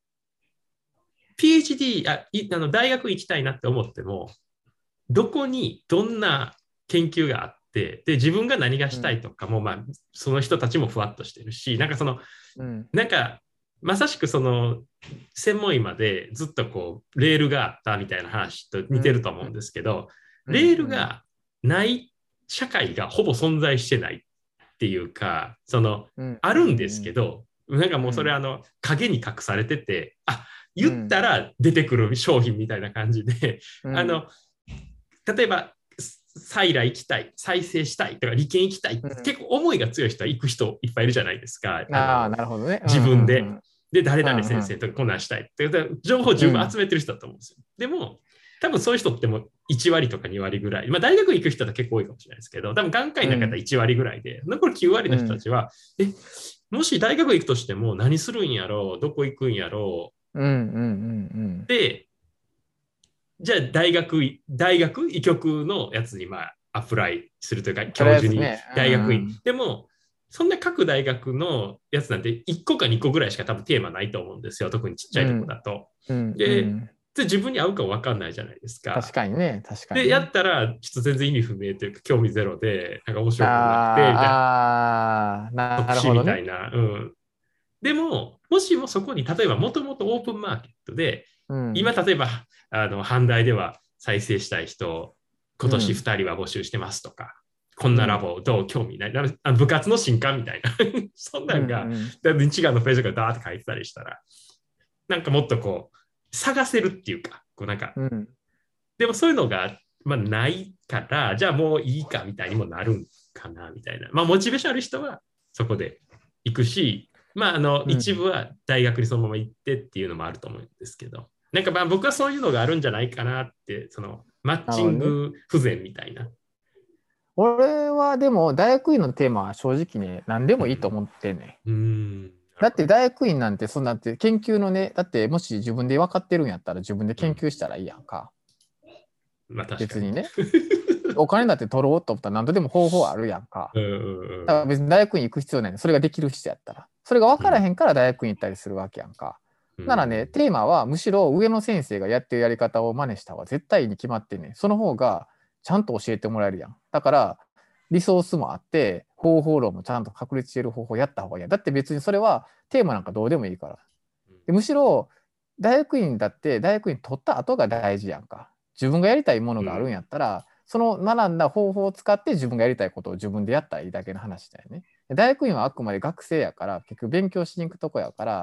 PhD、大学行きたいなって思っても、どこにどんな研究があって、で、自分が何がしたいとかも、まあ、その人たちもふわっとしてるし、 うんなんか、まさしく専門医までずっとこう、レールがあったみたいな話と似てると思うんですけど、レールがない社会がほぼ存在してないっていうか、あるんですけど、なんかもうそれ影に隠されてて、言ったら出てくる商品みたいな感じで、あの、例えば、再来行きたい、再生したいとか、利権行きたい、結構思いが強い人は行く人いっぱいいるじゃないですか。 ああ、なるほどね。 自分で。で、誰々先生うんうんとこんなんしたいって。情報十分集めてる人だと思うんですよ。でも、多分そういう人っても1割とか2割ぐらい。まあ、大学行く人は結構多いかもしれないですけど、多分眼科医の方は1割ぐらいで、残り9割の人たちは、もし大学行くとしても何するんやろう、どこ行くんやろう。で、じゃあ大学医局のやつにまあアプライするというか、教授に大学院。でも、そんな各大学のやつなんて1個か2個ぐらいしか多分テーマないと思うんですよ。特にちっちゃいとこだと。で、自分に合うか分かんないじゃないですか。 確かにね、確かに、 で、やったら、ちょっと全然意味不明というか、興味ゼロで、なんか面白くもなくて、みたいな、 な特殊るほどね。 みたいな。うん。でも、もしもそこに、例えば、もともとオープンマーケットで、今、例えば、阪大では再生したい人、今年2人は募集してますとか、こんなラボどう興味ない、部活の新刊みたいな、そんなんが、日眼のページがダーって書いてたりしたら、なんかもっとこう、探せるっていうか、こうなんか、でもそういうのが、まあ、ないから、じゃあもういいかみたいにもなるんかなみたいな。まあ、モチベーションある人はそこで行くし、まあ、一部は大学にそのまま行ってっていうのもあると思うんですけど、なんかまあ僕はそういうのがあるんじゃないかなって、マッチング不全みたいな。 俺はでも大学院のテーマは正直ね、何でもいいと思ってね。だって大学院なんてそんなって研究のね、だってもし自分で分かってるんやったら自分で研究したらいいやんか。 まあ確かに。 別にね。お金だって取ろうと思ったら何とでも方法あるやんか。だから別に大学院行く必要ないね。それができる人やったら。それが分からへんから大学院行ったりするわけやんか。ならね、テーマはむしろ上の先生がやってるやり方を真似した方が絶対に決まってんねん。その方がちゃんと教えてもらえるやん。だからリソースもあって方法論もちゃんと確立してる方法をやった方がいいやん。だって別にそれはテーマなんかどうでもいいから。でむしろ大学院だって大学院取った後が大事やんか。自分がやりたいものがあるんやったら、その学んだ方法を使って自分がやりたいことを自分でやったらいいだけの話だよね。大学院はあくまで学生やから結局勉強しに行くとこやから、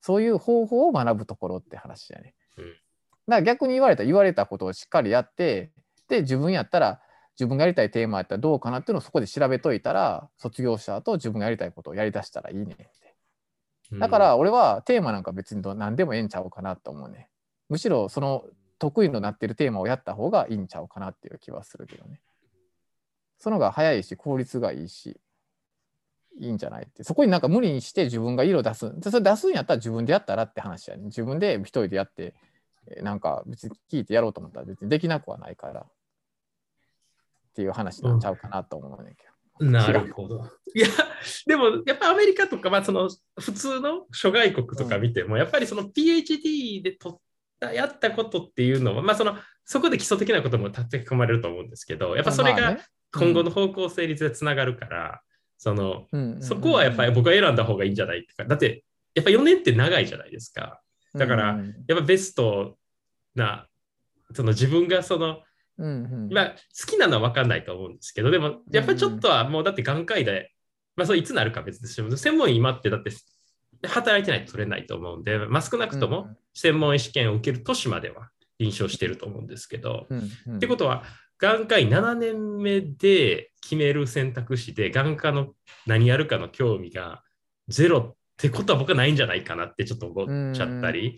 そういう方法を学ぶところって話だね。 うん、 だから逆に言われたことをしっかりやって、で自分やったら自分がやりたいテーマやったらどうかなっていうのをそこで調べといたら、卒業した後自分がやりたいことをやりだしたらいいねって。だから俺はテーマなんか別に何でもええんちゃうかなと思うね。むしろその得意のなってるテーマをやった方がいいんちゃうかなっていう気はするけどね。その方が早いし効率がいいしいいんじゃないって。そこになんか無理にして自分が色出す。それ出すんやったら自分でやったらって話やね。自分で一人でやってなんか別に聞いてやろうと思ったら別にできなくはないからっていう話なんちゃうかなと思うねんけど。なるほど。いや、でもやっぱアメリカとか、まあ、その普通の諸外国とか見ても、やっぱりその PhD で取ったやったことっていうのは、まあ、そこで基礎的なことも立て込まれると思うんですけど、やっぱそれが今後の方向性率でつながるから、そこはやっぱり僕は選んだ方がいいんじゃないか。だってやっぱ4年って長いじゃないですか。だからやっぱベストな自分がまあ、好きなのは分かんないと思うんですけど、でもやっぱりちょっとはもうだって眼科医で、まあ、そういつなるか別ですし、専門医今ってだって働いてないと取れないと思うんで、まあ、少なくとも専門医試験を受ける年までは臨床してると思うんですけど、ってことは眼科医7年目で決める選択肢で眼科の何やるかの興味がゼロってことは僕はないんじゃないかなってちょっと思っちゃったり、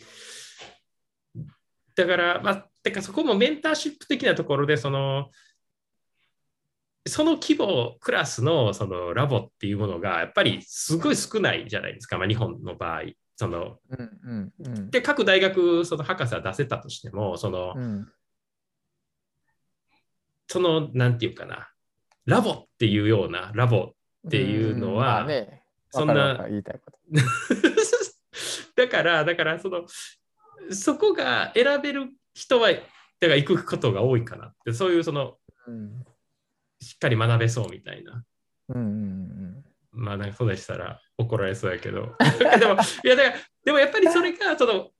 だからまあてかそこもメンターシップ的なところでその規模クラスのラボっていうものがやっぱりすごい少ないじゃないですか、まあ、日本の場合で各大学博士は出せたとしてもなんていうかなラボっていうようなラボっていうのはそんなだからそこが選べる人はだから行くことが多いかなって、そういうしっかり学べそうみたいな。まあなんかそうでしたら怒られそうやけどでもやっぱりそれが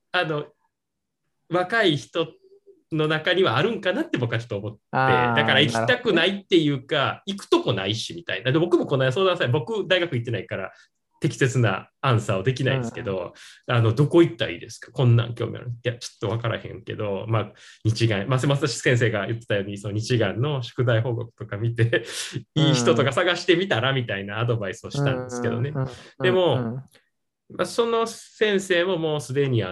若い人の中にはあるんかなって僕はちょっと思って、だから行きたくないっていうか、行くとこないしみたいな。で僕もこの間相談され、僕大学行ってないから適切なアンサーをできないんですけど、どこ行ったらいいですか、こんなん興味ある。いや、ちょっと分からへんけど、まあ、日眼、松本先生が言ってたように、日眼の宿題報告とか見て、いい人とか探してみたらみたいなアドバイスをしたんですけどね。でも、まあ、その先生ももうすでに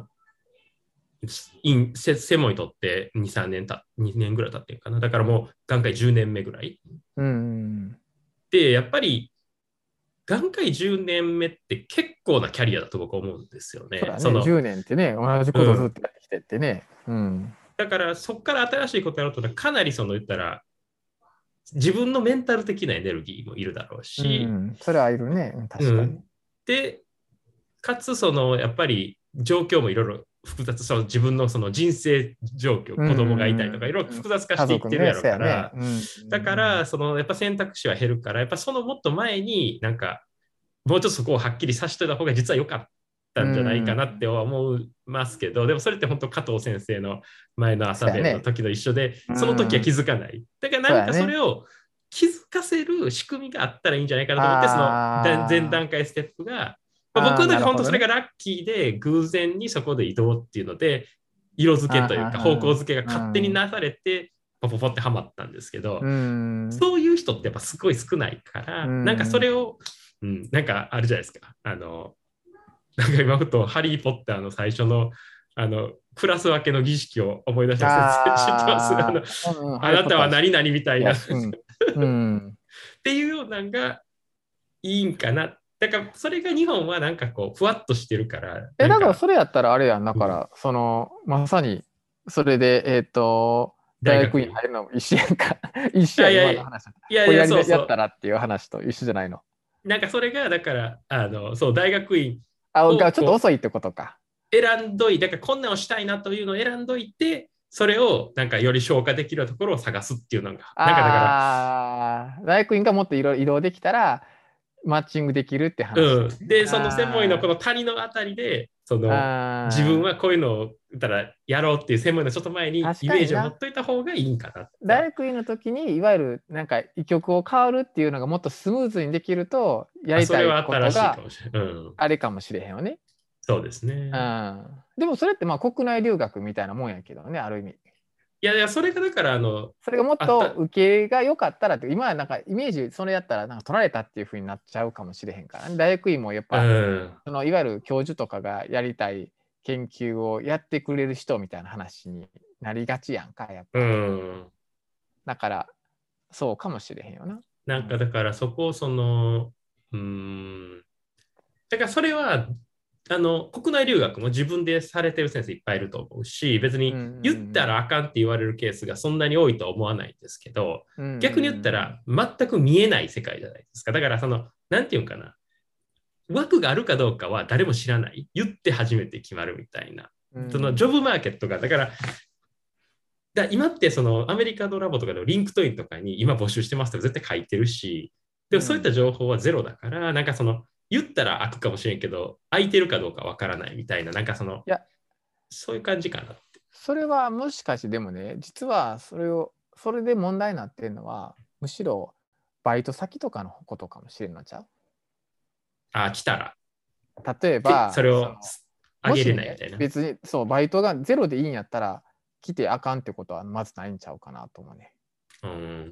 専門医とって2、3年2年ぐらい経ってるかな。だからもう眼科医10年目ぐらい。で、やっぱり、眼科医10年目って結構なキャリアだと僕は思うんですよね。 10年ってね、同じことずっとやってきてってね。 だからそこから新しいことやろうとかなり言ったら自分のメンタル的なエネルギーもいるだろうし、 それはいるね、確かに。 で、かつやっぱり状況もいろいろ複雑、自分の人生状況、子供がいたりとかいろいろ複雑化していってるやろうから、だからやっぱ選択肢は減るから、やっぱもっと前になんかもうちょっとそこをはっきりさせておいた方が実は良かったんじゃないかなって思いますけど、でもそれって本当加藤先生の前の朝弁の時と一緒で、その時は気づかない。だからなんかそれを気づかせる仕組みがあったらいいんじゃないかなと思って、前段階ステップが、僕はだから本当それがラッキーで偶然にそこで移動っていうので色付けというか方向付けが勝手になされてポポポってはまったんですけど、そういう人ってやっぱすごい少ないから、なんかそれをなんかあるじゃないですか。なんか今ふとハリー・ポッターの最初のクラス分けの儀式を思い出した先生知ってます？あなたは何々みたいなっていうようなのがいいんかな。だからそれが日本はなんかこうふわっとしてるから。 だからそれやったらあれやん。だからまさにそれで大学院入るのも一緒やんか。一緒やん、今の話。やったらっていう話と一緒じゃないの。 なんかそれがだからそう大学院をちょっと遅いってことか。 選んどいて、だからこんなんをしたいなというのを選んどいて、それをなんかより消化できるところを探すっていうのが、なんかだから大学院がもっといろいろ移動できたらマッチングできるって話、 でその専門医のこの谷のあたりで自分はこういうのをやろうっていう専門医のちょっと前にイメージを持っといた方がいいんかな。 大学院の時にいわゆるなんか医局を変わるっていうのがもっとスムーズにできるとやりたいことがあれかもしれへんよね。 そうですね。 でもそれってまあ国内留学みたいなもんやけどね、ある意味。 いやいや、それがだから、 それがもっあった、 と受けが良かったらって、今はなんかイメージ、それやったらなんか取られたっていう風になっちゃうかもしれへんからね。大学院もやっうぱ、 ん、 そのいわゆる教授とかがやりたい研究をやってくれる人みたいな話になりがちやんか、やっうぱ。 ん。 だから、そうかもしれへんよな。 なんかだからそこをうーん、だからそれは、国内留学も自分でされてる先生いっぱいいると思うし、別に言ったらあかんって言われるケースがそんなに多いとは思わないんですけど、逆に言ったら全く見えない世界じゃないですか。だからなんていうかな、枠があるかどうかは誰も知らない。言って初めて決まるみたいな。そのジョブマーケットが、だから今ってアメリカのラボとかでリンクトインとかに今募集してますって絶対書いてるし、でもそういった情報はゼロだから、なんか言ったら開くかもしれんけど、開いてるかどうかわからないみたいな、なんかいや、 そういう感じかなって。 それはもしかしてでもね、実はそれで問題になってるのは、むしろバイト先とかのことかもしれんのちゃう。 あ、来たら。 例えで、そば、 れを上げれもしね、 ないみたいな。 別にそうバイトがゼロでいいんやったら、来てあかんってことはまずないんちゃうかなと思うね。 うん、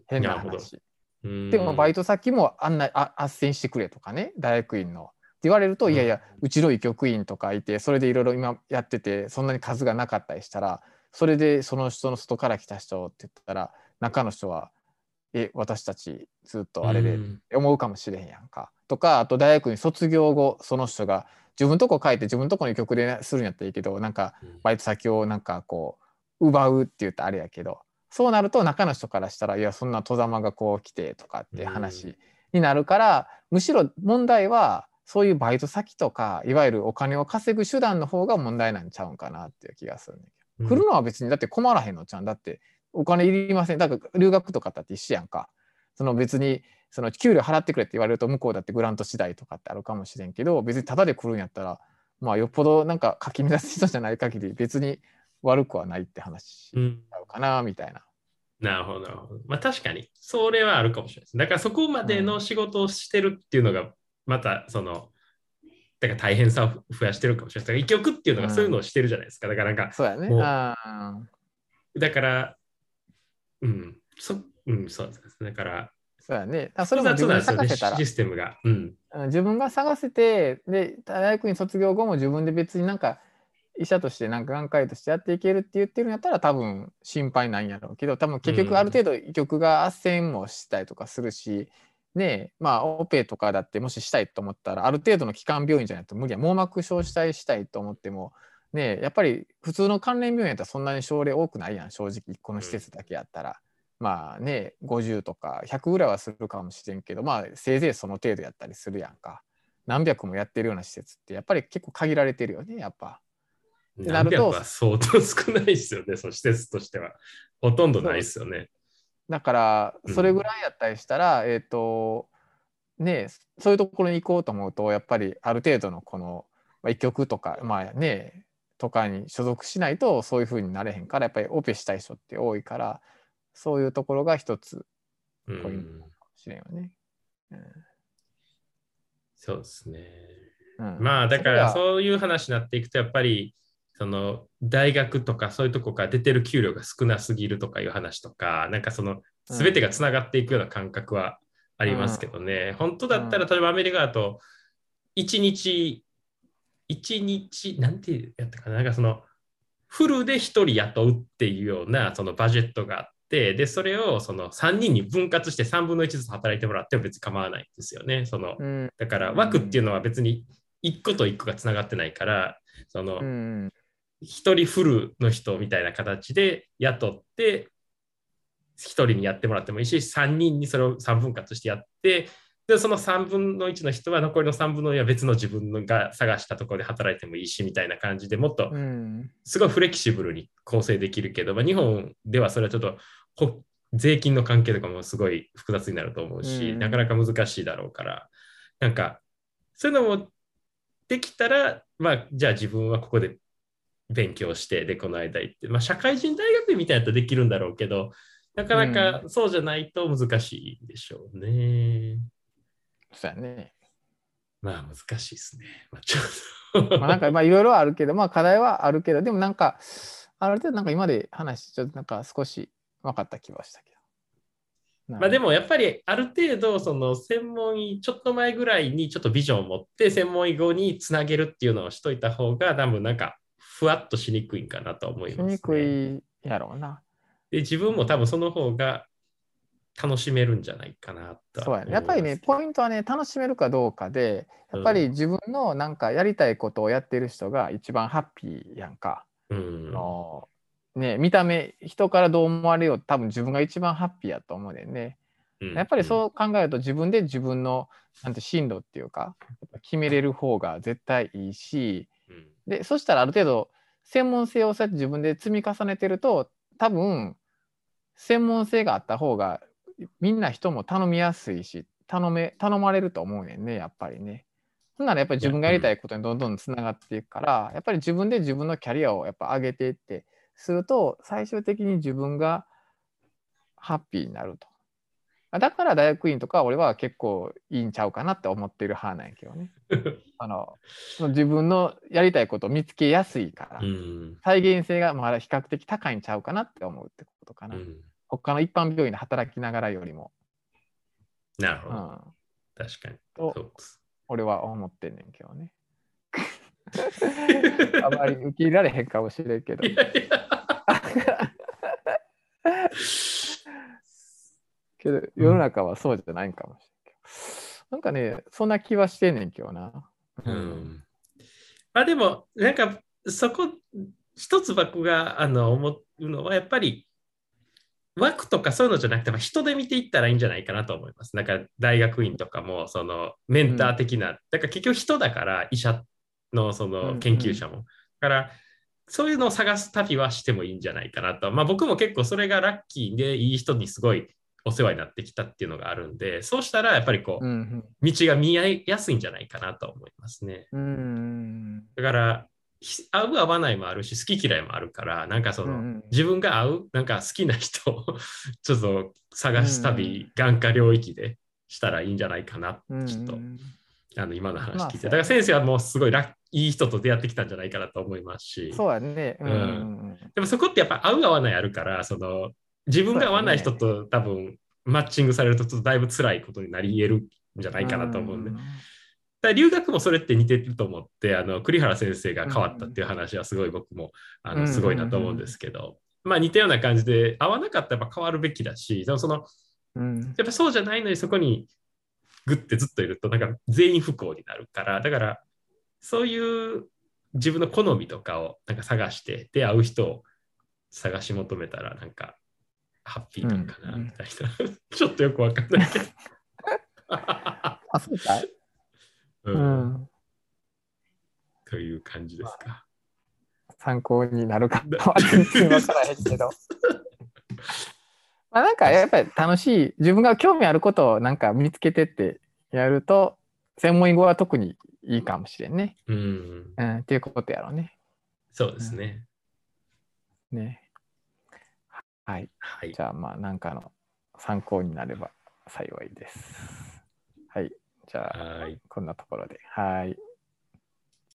変なるほど。 な話。 うでもバイん。 ト先も斡旋してくれとかね、大学院の。って言われると、いやいや、うちの医局員とかいて、それでいろいろ今やってて、そんなに数がなかったりしたら、それでその人の外から来た人って言ったら、中の人は、私たちずっとあれで思うかもしれへんやんか。とか、あと大学院卒業後、その人が自分とこ帰って自分とこの医局でするんやったらいいけど、なんかバイト先をなんかこう、奪うって言ったらあれやけど、そうなると中の人からしたら、いや、そんな戸様がこう来てとかって話になるから、むしろ問題は、そういうバイト先とか、いわゆるお金を稼ぐ手段の方が問題なんちゃうんかなっていう気がするね。来るのは別にだって困らへんのちゃん。だってお金いりません。だから留学とかだって一緒やんか。その別にその給料払ってくれって言われると向こうだってグラント次第とかってあるかもしれんけど、別にタダで来るんやったら、まあよっぽどなんかかき乱す人じゃない限り別に悪くはないって話ちゃうかなみたいな。 なるほど、なるほど。まあ確かに、それはあるかもしれないです。だからそこまでの仕事をしてるっていうのが、まただから大変さを増やしてるかもしれない。医局っていうのがそういうのをしてるじゃないですか。だからなんか、 そうやね。 もう、だから、うん、そうですね。だから、 そうやね。それ複も自分で雑なんですよね、 探せたら。 システムが。うん。 自分が探せて、で、大学院卒業後も自分で別になんか医者としてなんか眼科医としてやっていけるって言ってるんやったら多分心配ないんやろうけど、多分結局ある程度医局が斡旋もしたりとかするし、ね、まあオペとかだってもししたいと思ったらある程度の基幹病院じゃないと無理や。網膜焼死体したいと思っても、ね、やっぱり普通の関連病院やったらそんなに症例多くないやん、正直この施設だけやったら。まあね、50とか100ぐらいはするかもしれんけど、まあせいぜいその程度やったりするやんか。何百もやってるような施設ってやっぱり結構限られてるよね、やっぱ。ってな何ると、 百は相当少ないですよね、その施設としては。ほとんどないですよね。 だからそれぐらいやったりしたら、ね、そういうところに行こうと思うと、やっぱりある程度のこの、医局とか、まあね、とかに所属しないとそういうふうになれへんから、やっぱりオペしたい人って多いから、そういうところが一つポイントかもしれんよね。 そうですね。 うん、 まあ、だからそれが、 そういう話になっていくと、やっぱり、大学とかそういうとこから出てる給料が少なすぎるとかいう話とか、なんか全てがつながっていくような感覚はありますけどね。本当だったら、例えばアメリカだと、1日、なんてやったかな、なんかフルで1人雇うっていうようなそのバジェットがあって、で、それを3人に分割して3分の1ずつ働いてもらっても別に構わないんですよね。だから枠っていうのは別に1個と1個がつながってないから、1人フルの人みたいな形で雇って、1人にやってもらってもいいし、3人にそれを3分割してやって、で、その3分の1の人は残りの3分の2は別の自分が探したところで働いてもいいしみたいな感じでもっとすごいフレキシブルに構成できるけど、まあ、日本ではそれはちょっと税金の関係とかもすごい複雑になると思うし、なかなか難しいだろうから、なんかそういうのもできたら、まあ、じゃあ自分はここで勉強して、で、この間行って、まあ、社会人大学みたいなとできるんだろうけど、なかなかそうじゃないと難しいでしょうね。 そうやね。 まあ難しいですね。まあ、ちょっとまあなんかいろいろあるけど、まあ課題はあるけど、でもなんか、ある程度なんか今まで話ちょっとなんか少し分かった気はしたけど。 まあでもやっぱりある程度その専門医ちょっと前ぐらいにちょっとビジョンを持って専門医後につなげるっていうのをしといた方が多分なんかふわっとしにくいんかなと思いしにくますね。 いやろうな。 で自分も多分その方が楽しめるんじゃないかなとはそうやね。やっぱりね、 思いますけポイントはね、楽しめるかどうかで、やっぱりど。 自分のなんかやりたいことをやってる人が一番ハッピーやんか。 うん。 ね、見た目、人からどう思われようと多分自分が一番ハッピーやと思うねんね。 うん。 やっぱりうん。 そう考えると自分で自分のなんて進路っていうか決めれる方が絶対いいし、 うん。 でそしたらある程度専門性をそうやって自分で積み重ねてると多分専門性があった方がみんな人も頼みやすいし頼まれると思うねんね、やっぱりね。ほんならやっぱりいや、 自分がやりたうん。 いことにどんどんつながっていくから、やっぱり自分で自分のキャリアをやっぱ上げていってすると最終的に自分がハッピーになると。だから大学院とか俺は結構いいんちゃうかなって思ってる派なんやけどね。その自分のやりたいことを見つけやすいかうら、 ん。 再現性がまだ比較的高いんちゃうかなって思うってことかな。 うん。 他の一般病院で働きながらよりも。 なるほど。 うん。 確かに。 と、 そうです。 俺は思ってんねんけどね。あまり受け入れられへんかもしれんけど。 いやいや。 けど世の中はそうじゃないんかもしれんけど。なんかね、そんな気はしてんねんけどな。ううん。 ん。まあでも、なんか、そこ、一つ僕が思うのは、やっぱり枠とかそういうのじゃなくて、人で見ていったらいいんじゃないかなと思います。なんか大学院とかも、そのメンターうん。 的な、だから結局人だから、医者のそうのん。うん。 研究者も。だから、そういうのを探す旅はしてもいいんじゃないかなと。まあ僕も結構それがラッキーでいい人にすごいお世話になってきたっていうのがあるんで、そうしたらやっぱりこうん。 う、道が見えやすいんじゃないかなと思いますね。 うん。 だから、合う合わないもあるし、好き嫌いもあるから、なんかその、 うん。 自分が合う、なんか好きな人をちょっとう探すん。 旅、眼科領域でしたらいいんじゃないかな、 うちょっと、 ん。 今の話聞いて。だまあそうやね。 から先生はもうすごいいい人と出会ってきたんじゃないかなと思いますし、 そうやね。うん。ううん。 ん。 でもそこってやっぱ合う合わないあるから、その、自分そうが合わない人やね。 と多分、マッチングされるとちょっとだいぶ辛いことになり得るんじゃなういかなと思うんで。 ん。 留学もそれって似てると思って、栗原先生がうん。 変わったっていう話はすごい僕もうん。 すごいなと思うんでうん。 すけど、まあ似たような感じで、合わなかったらやっぱ変わるべきだし、でもその、 うん。 やっぱそうじゃないのにそこにグッてずっといると、なんか全員不幸になるから、だからそういう自分の好みとかをなんか探して、出会う人を探し求めたら、なんかハッピーなんかな、みたいな。ちょっとよくわかんないけど。 あ、そうかい。 ううん、 ん。 という感じですか。 参考になるかだは全然わからへんけど。まあなんかやっぱり楽しい、自分が興味あることをなんか見つけてってやると、専門用語は特にいいかもしれんね。 うん、 うん、っていうことやろうね。 そうでうん、 すね。 ね。はい。 はい。 じゃあまあなんかの参考になれば幸いです。はい。じゃあはい。 こんなところで。はい。